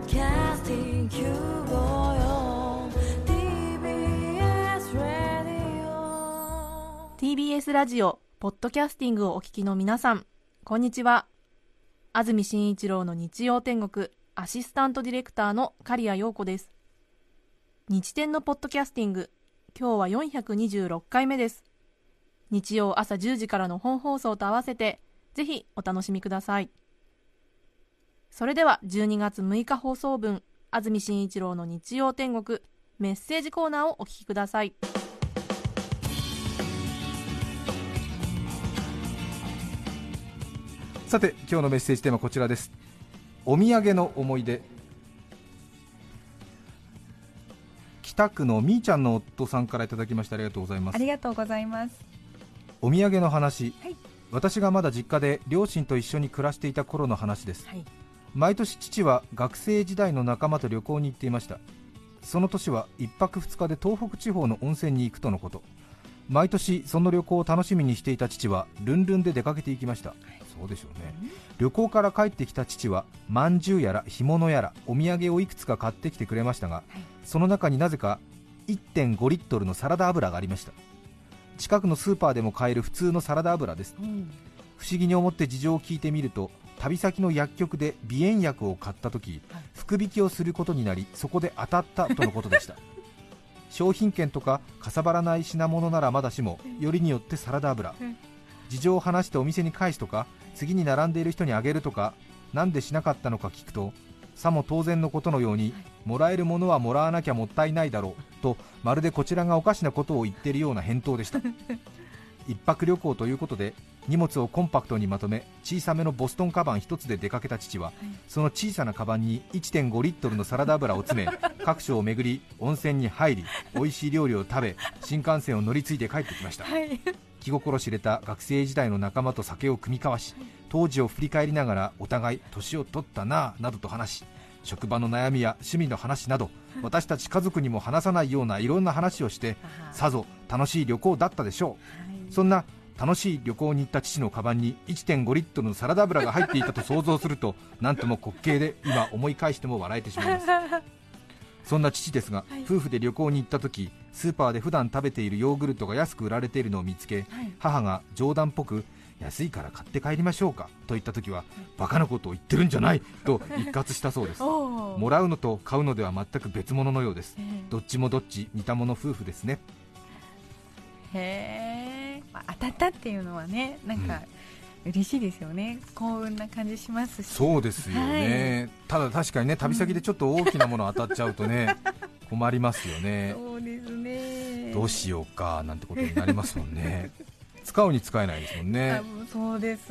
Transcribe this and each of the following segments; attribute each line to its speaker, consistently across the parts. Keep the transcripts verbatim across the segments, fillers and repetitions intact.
Speaker 1: Podcasting Cubo よ ティービーエス Radio
Speaker 2: ティービーエス ラジオポッドキャスティングをお聞きの皆さん、こんにちは。安住紳一郎の日曜天国アシスタントディレクターの刈谷陽子です。日天のポッドキャスティング、今日はよんひゃくにじゅうろっかいめです。日曜朝じゅうじからの本放送と合わせてぜひお楽しみください。それではじゅうにがつむいか放送分、安住紳一郎の日曜天国メッセージコーナーをお聞きください。
Speaker 3: さて今日のメッセージテーマはこちらです。お土産の思い出。北区のみーちゃんの夫さんからいただきました。ありがとうございます。
Speaker 4: ありがとうございます。
Speaker 3: お土産の話、
Speaker 4: はい、
Speaker 3: 私がまだ実家で両親と一緒に暮らしていた頃の話です、
Speaker 2: はい、
Speaker 3: 毎年父は学生時代の仲間と旅行に行っていました。その年はいっぱくふつかで東北地方の温泉に行くとのこと。毎年その旅行を楽しみにしていた父はルンルンで出かけていきました、はい、そうでしょうね、うん、旅行から帰ってきた父はまんじゅうやら干物やらお土産をいくつか買ってきてくれましたが、はい、その中になぜか いってんごリットルのサラダ油がありました。近くのスーパーでも買える普通のサラダ油です、うん、不思議に思って事情を聞いてみると、旅先の薬局で鼻炎薬を買った時、はい、福引きをすることになり、そこで当たったとのことでした商品券とかかさばらない品物ならまだしも、よりによってサラダ油、事情を話してお店に返すとか、次に並んでいる人にあげるとか、なんでしなかったのか聞くと、さも当然のことのように、もらえるものはもらわなきゃもったいないだろうと、まるでこちらがおかしなことを言っているような返答でした一泊旅行ということで荷物をコンパクトにまとめ、小さめのボストンカバン一つで出かけた父は、その小さなカバンに いってんごリットルのサラダ油を詰め、各所を巡り温泉に入り、美味しい料理を食べ、新幹線を乗り継いで帰ってきました、はい、気心知れた学生時代の仲間と酒を酌み交わし、当時を振り返りながらお互い年を取ったなぁなどと話し、職場の悩みや趣味の話など、私たち家族にも話さないようないろんな話をして、さぞ楽しい旅行だったでしょう。そんな楽しい旅行に行った父のカバンに いってんごリットルのサラダ油が入っていたと想像すると、なんとも滑稽で、今思い返しても笑えてしまいますそんな父ですが、はい、夫婦で旅行に行った時、スーパーで普段食べているヨーグルトが安く売られているのを見つけ、はい、母が冗談っぽく、安いから買って帰りましょうかと言った時は、バカなことを言ってるんじゃないと一喝したそうですもらうのと買うのでは全く別物のようです。どっちもどっち似た者夫婦ですね。
Speaker 4: へー、まあ、当たったっていうのはね、なんか、うん、嬉しいですよね。幸運な感じしますし。
Speaker 3: そうですよね、はい、ただ確かにね、旅先でちょっと大きなもの当たっちゃうとね、うん、困りますよね。
Speaker 4: そうですね、
Speaker 3: どうしようかなんてことになりますもんね使うに使えないですもんね。
Speaker 4: そうです。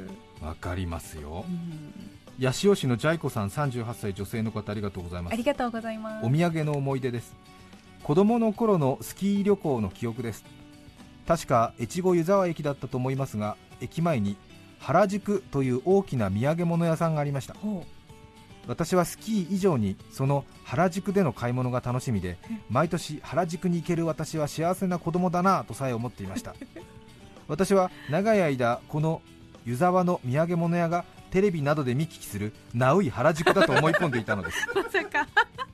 Speaker 3: わかりますよ、うん、八潮市のジャイコさん、さんじゅうはっさい女性の方、ありがとうございます。
Speaker 4: ありがとうございます。
Speaker 3: お土産の思い出です。子供の頃のスキー旅行の記憶です。確か越後湯沢駅だったと思いますが、駅前に原宿という大きな土産物屋さんがありました。私はスキー以上にその原宿での買い物が楽しみで、毎年原宿に行ける私は幸せな子供だなとさえ思っていました私は長い間この湯沢の土産物屋がテレビなどで見聞きするナウイ原宿だと思い込んでいたのです
Speaker 4: まさか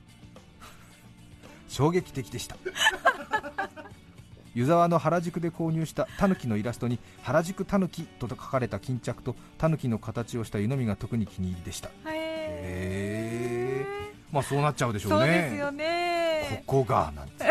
Speaker 3: 衝撃的でした湯沢の原宿で購入したタヌキのイラストに原宿タヌキと書かれた巾着とタヌキの形をした湯飲みが特に気に入りでした。へー、まあそうなっちゃうでしょうね。
Speaker 4: そうですよね、
Speaker 3: ここがなんて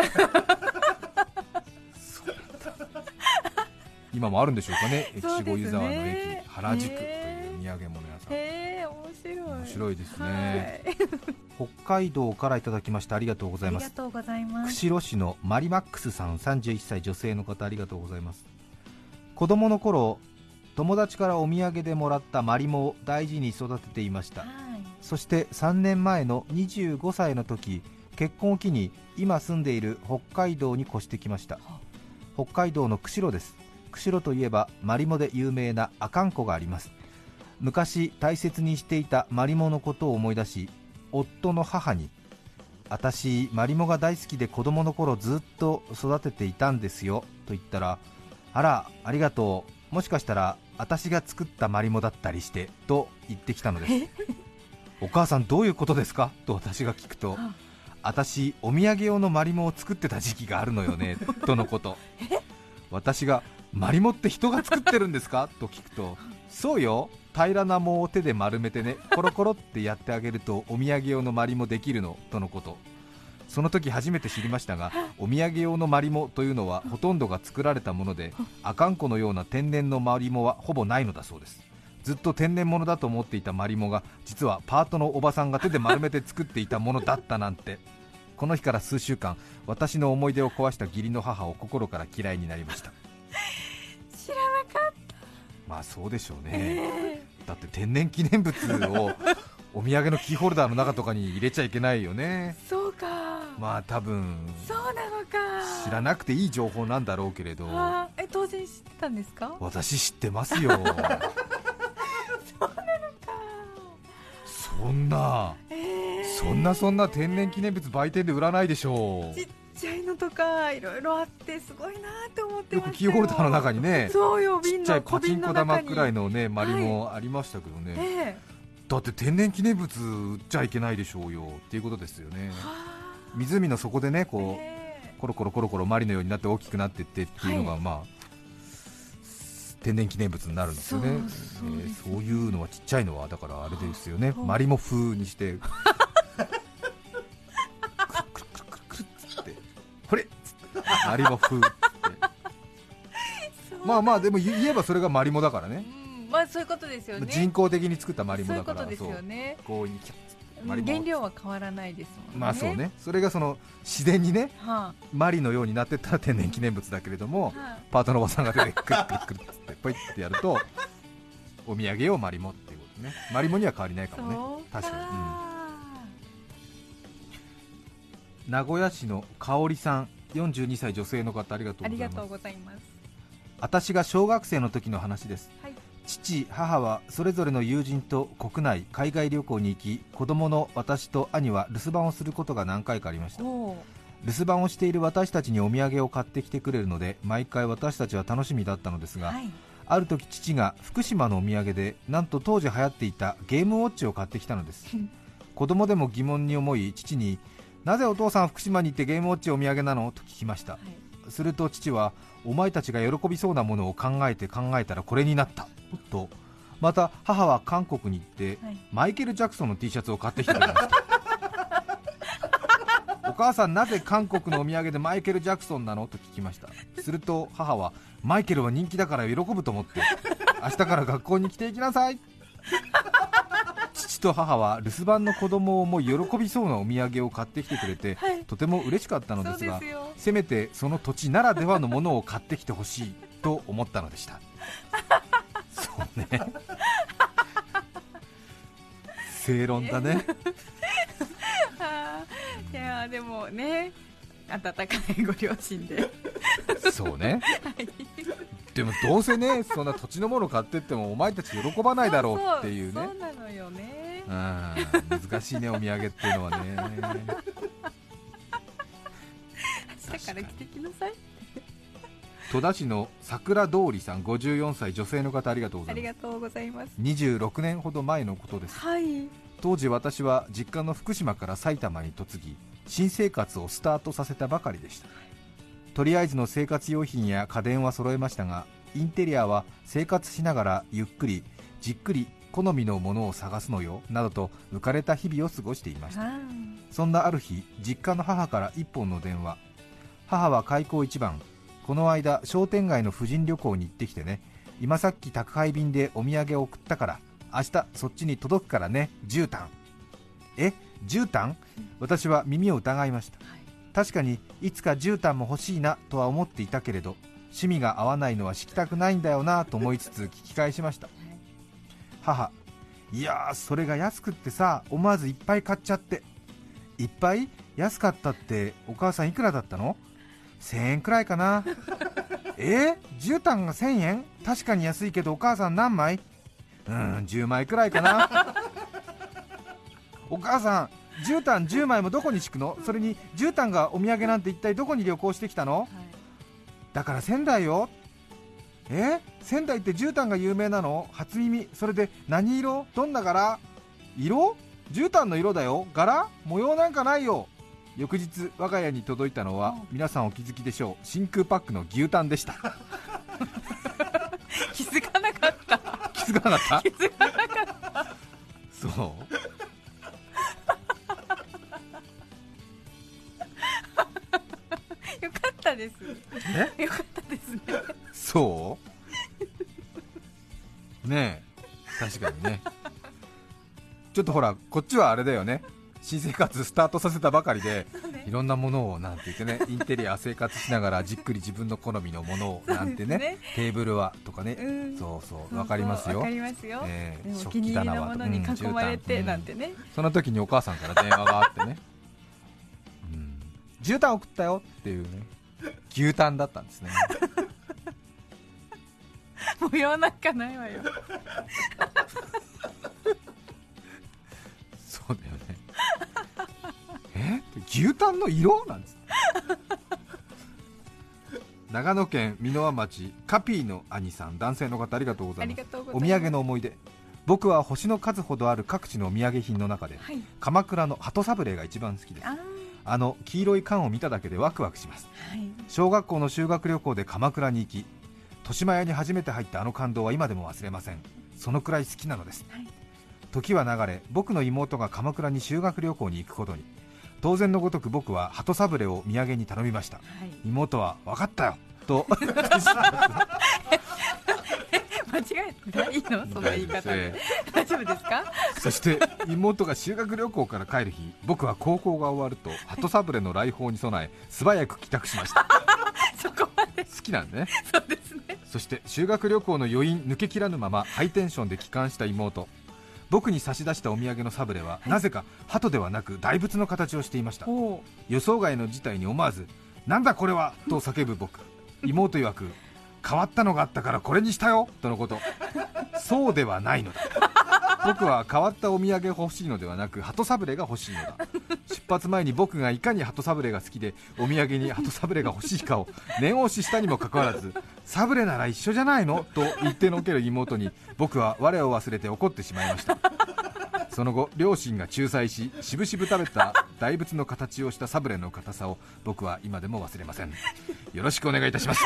Speaker 3: そうなんだ今もあるんでしょうかね、越後湯沢の駅、原宿という土産物屋さん。
Speaker 4: へー、面白い。
Speaker 3: 面白いですね、はい北海道からいただきました。ありがとうございます。
Speaker 4: ありがとうございます。
Speaker 3: 釧路市のマリマックスさん、さんじゅういっさい女性の方、ありがとうございます。子供の頃、友達からお土産でもらったマリモを大事に育てていました、はい、そしてさんねんまえのにじゅうごさいの時、結婚を機に今住んでいる北海道に越してきました。北海道の釧路です。釧路といえばマリモで有名な阿寒湖があります。昔大切にしていたマリモのことを思い出し、夫の母に、私マリモが大好きで子供の頃ずっと育てていたんですよと言ったら、あらありがとう、もしかしたら私が作ったマリモだったりしてと言ってきたのですお母さんどういうことですかと私が聞くと、私お土産用のマリモを作ってた時期があるのよねとのこと。私がマリモって人が作ってるんですかと聞くと、そうよ、平らな藻を手で丸めてね、コロコロってやってあげるとお土産用のマリモできるのとのこと。その時初めて知りましたが、お土産用のマリモというのはほとんどが作られたもので、阿寒湖のような天然のマリモはほぼないのだそうです。ずっと天然物だと思っていたマリモが、実はパートのおばさんが手で丸めて作っていたものだったなんて。この日から数週間、私の思い出を壊した義理の母を心から嫌いになりました。
Speaker 4: 知らなかった。
Speaker 3: まあそうでしょうね、えー、だって天然記念物をお土産のキーホルダーの中とかに入れちゃいけないよね。
Speaker 4: そうか、
Speaker 3: まあ多分
Speaker 4: そうなのか、
Speaker 3: 知らなくていい情報なんだろうけれど。
Speaker 4: え、当然知ってたんですか？
Speaker 3: 私知ってますよ。
Speaker 4: そうなのか。
Speaker 3: そんな、
Speaker 4: えー、
Speaker 3: そんなそんな天然記念物売店で売らないでしょう。
Speaker 4: ちっちゃいのとかいろいろあってすごいなって思ってましたよ。
Speaker 3: よくキーホルダーの中にね、
Speaker 4: そうよ、
Speaker 3: ちっちゃいパチンコ玉くらいのねマリモありましたけどね、
Speaker 4: はい、え
Speaker 3: ー、だって天然記念物売っちゃいけないでしょうよっていうことですよね。湖の底でねこう、えー、コロコロコロコロマリのようになって大きくなっていってっていうのが、はい、まあ天然記念物になるんですよね。 そう、えー、そういうのはちっちゃいのはだからあれですよね、マリモ風にしてくるくるくるくるくるっつってこれっつってマリモ風ってまあまあでも言えばそれがマリモだからね、
Speaker 4: うん、まあそういうことですよね。
Speaker 3: 人工的に作ったマリモだから、
Speaker 4: そういうことですよね。
Speaker 3: こうにキャッ
Speaker 4: 原料は変わらないですもんね。
Speaker 3: まあそうね、それがその自然にね、
Speaker 4: はあ、
Speaker 3: マリのようになってったら天然記念物だけれども、はあ、パートのおばさんが出てくるくるくるってポイってやるとお土産用マリモっていうことね。マリモには変わりないかもね。確かに、うん、名古屋市の香織さん、よんじゅうにさい女性の方、ありがとうございます。
Speaker 4: ありがとうございます。
Speaker 3: 私が小学生の時の話です、はい。父、母はそれぞれの友人と国内、海外旅行に行き、子供の私と兄は留守番をすることが何回かありました。留守番をしている私たちにお土産を買ってきてくれるので、毎回私たちは楽しみだったのですが、はい、ある時父が福島のお土産でなんと当時流行っていたゲームウォッチを買ってきたのです子供でも疑問に思い、父になぜお父さん福島に行ってゲームウォッチお土産なのと聞きました、はい、すると父は、お前たちが喜びそうなものを考えて考えたらこれになったと。また母は韓国に行って、はい、マイケル・ジャクソンの T シャツを買ってきてくれましたお母さん、なぜ韓国のお土産でマイケル・ジャクソンなのと聞きました。すると母は、マイケルは人気だから喜ぶと思って明日から学校に来ていきなさい父と母は留守番の子供を思い喜びそうなお土産を買ってきてくれて、はい、とても嬉しかったのですが、せめてその土地ならではのものを買ってきてほしいと思ったのでしたそうね正論だね
Speaker 4: いやでもね、温かいご両親で
Speaker 3: そうね、はい、でもどうせね、そんな土地のもの買ってってもお前たち喜ばないだろうっていうね。
Speaker 4: そうそうそうなのよね。
Speaker 3: うん、難しいねお土産っていうのはね
Speaker 4: 明日から着てきなさい
Speaker 3: 戸田市の桜通りさん、ごじゅうよんさい女性の方、ありがとうございます。
Speaker 4: ありがとうございます。
Speaker 3: にじゅうろくねんほど前のことです、
Speaker 4: はい、
Speaker 3: 当時私は実家の福島から埼玉に嫁ぎ、新生活をスタートさせたばかりでした。とりあえずの生活用品や家電は揃えましたが、インテリアは生活しながらゆっくりじっくり好みのものを探すのよなどと浮かれた日々を過ごしていました。そんなある日、実家の母から一本の電話。母は開口一番、この間商店街の婦人旅行に行ってきてね、今さっき宅配便でお土産を送ったから明日そっちに届くからね、絨毯。え、絨毯？私は耳を疑いました。確かにいつか絨毯も欲しいなとは思っていたけれど、趣味が合わないのは敷きたくないんだよなと思いつつ聞き返しました。母、いやーそれが安くってさ、思わずいっぱい買っちゃって。いっぱい？安かったってお母さんいくらだったの？せんえんくらいかなえー、絨毯がせんえん？確かに安いけどお母さん何枚？うーんじゅうまいくらいかなお母さん、絨毯じゅうまいもどこに敷くの？それに絨毯がお土産なんて一体どこに旅行してきたの？はい、だから仙台よ。え、仙台って絨毯が有名なの？初耳。それで何色？どんな柄？色？ 絨毯の色だよ、柄模様なんかないよ。翌日我が家に届いたのは、皆さんお気づきでしょう、真空パックの牛タンでした。
Speaker 4: 気づかなかった
Speaker 3: 気づかなかった
Speaker 4: 気づかなかった
Speaker 3: そう
Speaker 4: よかったです。
Speaker 3: え
Speaker 4: よかったですね。
Speaker 3: そうねえ、確かにね。ちょっとほらこっちはあれだよね、新生活スタートさせたばかりで、いろんなものをなんて言ってね、インテリア生活しながらじっくり自分の好みのものをなんてね、
Speaker 4: ね
Speaker 3: テーブルはとかね、
Speaker 4: うん、
Speaker 3: そうそうわかりますよ。
Speaker 4: わかりますよ、
Speaker 3: えー
Speaker 4: でもお
Speaker 3: 食
Speaker 4: 気に入りの
Speaker 3: 器棚は
Speaker 4: ものに囲まれて
Speaker 3: うん
Speaker 4: なんてね、
Speaker 3: その時にお母さんから電話があってね、うん、絨毯送ったよっていうね、牛タンだったんですね。
Speaker 4: 模様なんかないわよ。
Speaker 3: そうだよね。え牛タンの色なんです。長野県箕輪町カピーの兄さん、男性の方、ありがとうございます。お土産の思い出、僕は星の数ほどある各地のお土産品の中で、はい、鎌倉の鳩サブレーが一番好きです。 あ, あの黄色い缶を見ただけでワクワクします、はい、小学校の修学旅行で鎌倉に行き、豊島屋に初めて入ったあの感動は今でも忘れません。そのくらい好きなのです、はい、時は流れ、僕の妹が鎌倉に修学旅行に行くことに。当然のごとく僕は鳩サブレーを土産に頼みました、はい、妹は分かったよと間
Speaker 4: 違えてないの、その言い方で大丈夫ですか。
Speaker 3: そして妹が修学旅行から帰る日、僕は高校が終わると鳩サブレーの来訪に備え素早く帰宅しました。
Speaker 4: そこまで
Speaker 3: 好きなんね。
Speaker 4: そうですね。
Speaker 3: そして修学旅行の余韻抜けきらぬままハイテンションで帰還した妹、僕に差し出したお土産のサブレは、はい、なぜか鳩ではなく大仏の形をしていました。予想外の事態に思わずなんだこれはと叫ぶ僕、妹曰く変わったのがあったからこれにしたよとのこと。そうではないのだ。僕は変わったお土産が欲しいのではなく鳩サブレーが欲しいのだ。出発前に僕がいかに鳩サブレーが好きでお土産に鳩サブレーが欲しいかを念押ししたにもかかわらず、サブレーなら一緒じゃないのと言ってのける妹に僕は我を忘れて怒ってしまいました。その後両親が仲裁し、しぶしぶ食べた大仏の形をしたサブレーの硬さを僕は今でも忘れません。よろしくお願いいたします。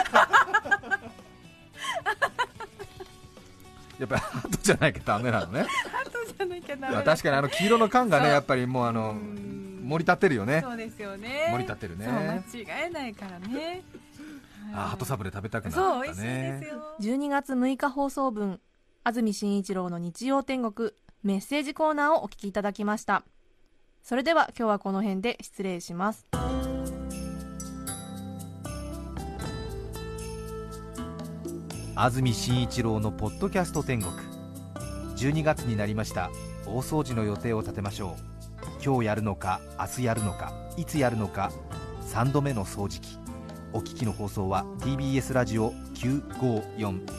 Speaker 3: やっぱり鳩じゃないとダメなのね。
Speaker 4: 鳩じゃなきゃダメ、
Speaker 3: まあ、確かにあの黄色の缶がね、やっぱりもうあの盛り立てるよね。
Speaker 4: そうですよね。
Speaker 3: 盛り立てるね。
Speaker 4: そう間違えないからね。
Speaker 3: あ、鳩サブレー食べたくなったね。
Speaker 4: そう美味しいですよ。
Speaker 2: じゅうにがつむいか放送分、安住紳一郎の日曜天国メッセージコーナーをお聞きいただきました。それでは今日はこの辺で失礼します。
Speaker 3: 安住紳一郎のポッドキャスト天国、じゅうにがつになりました。大掃除の予定を立てましょう。今日やるのか明日やるのかいつやるのか、さんどめの掃除機。お聞きの放送は ティービーエス ラジオきゅうごよん。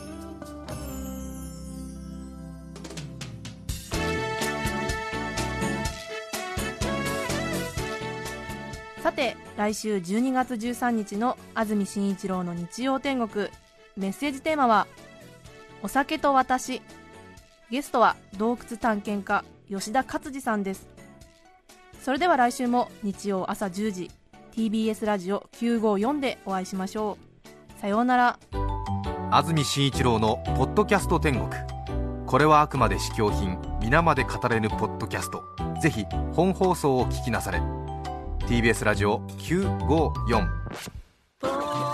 Speaker 2: さて来週じゅうにがつじゅうさんにちの安住紳一郎の日曜天国、メッセージテーマはお酒と私。ゲストは洞窟探検家吉田勝次さんです。それでは来週も日曜朝じゅうじ ティービーエス ラジオきゅうごよんでお会いしましょう。さようなら。
Speaker 3: 安住紳一郎のポッドキャスト天国、これはあくまで試供品、皆まで語れぬポッドキャスト。ぜひ本放送を聞きなされ。 ティービーエス ラジオきゅうごよん。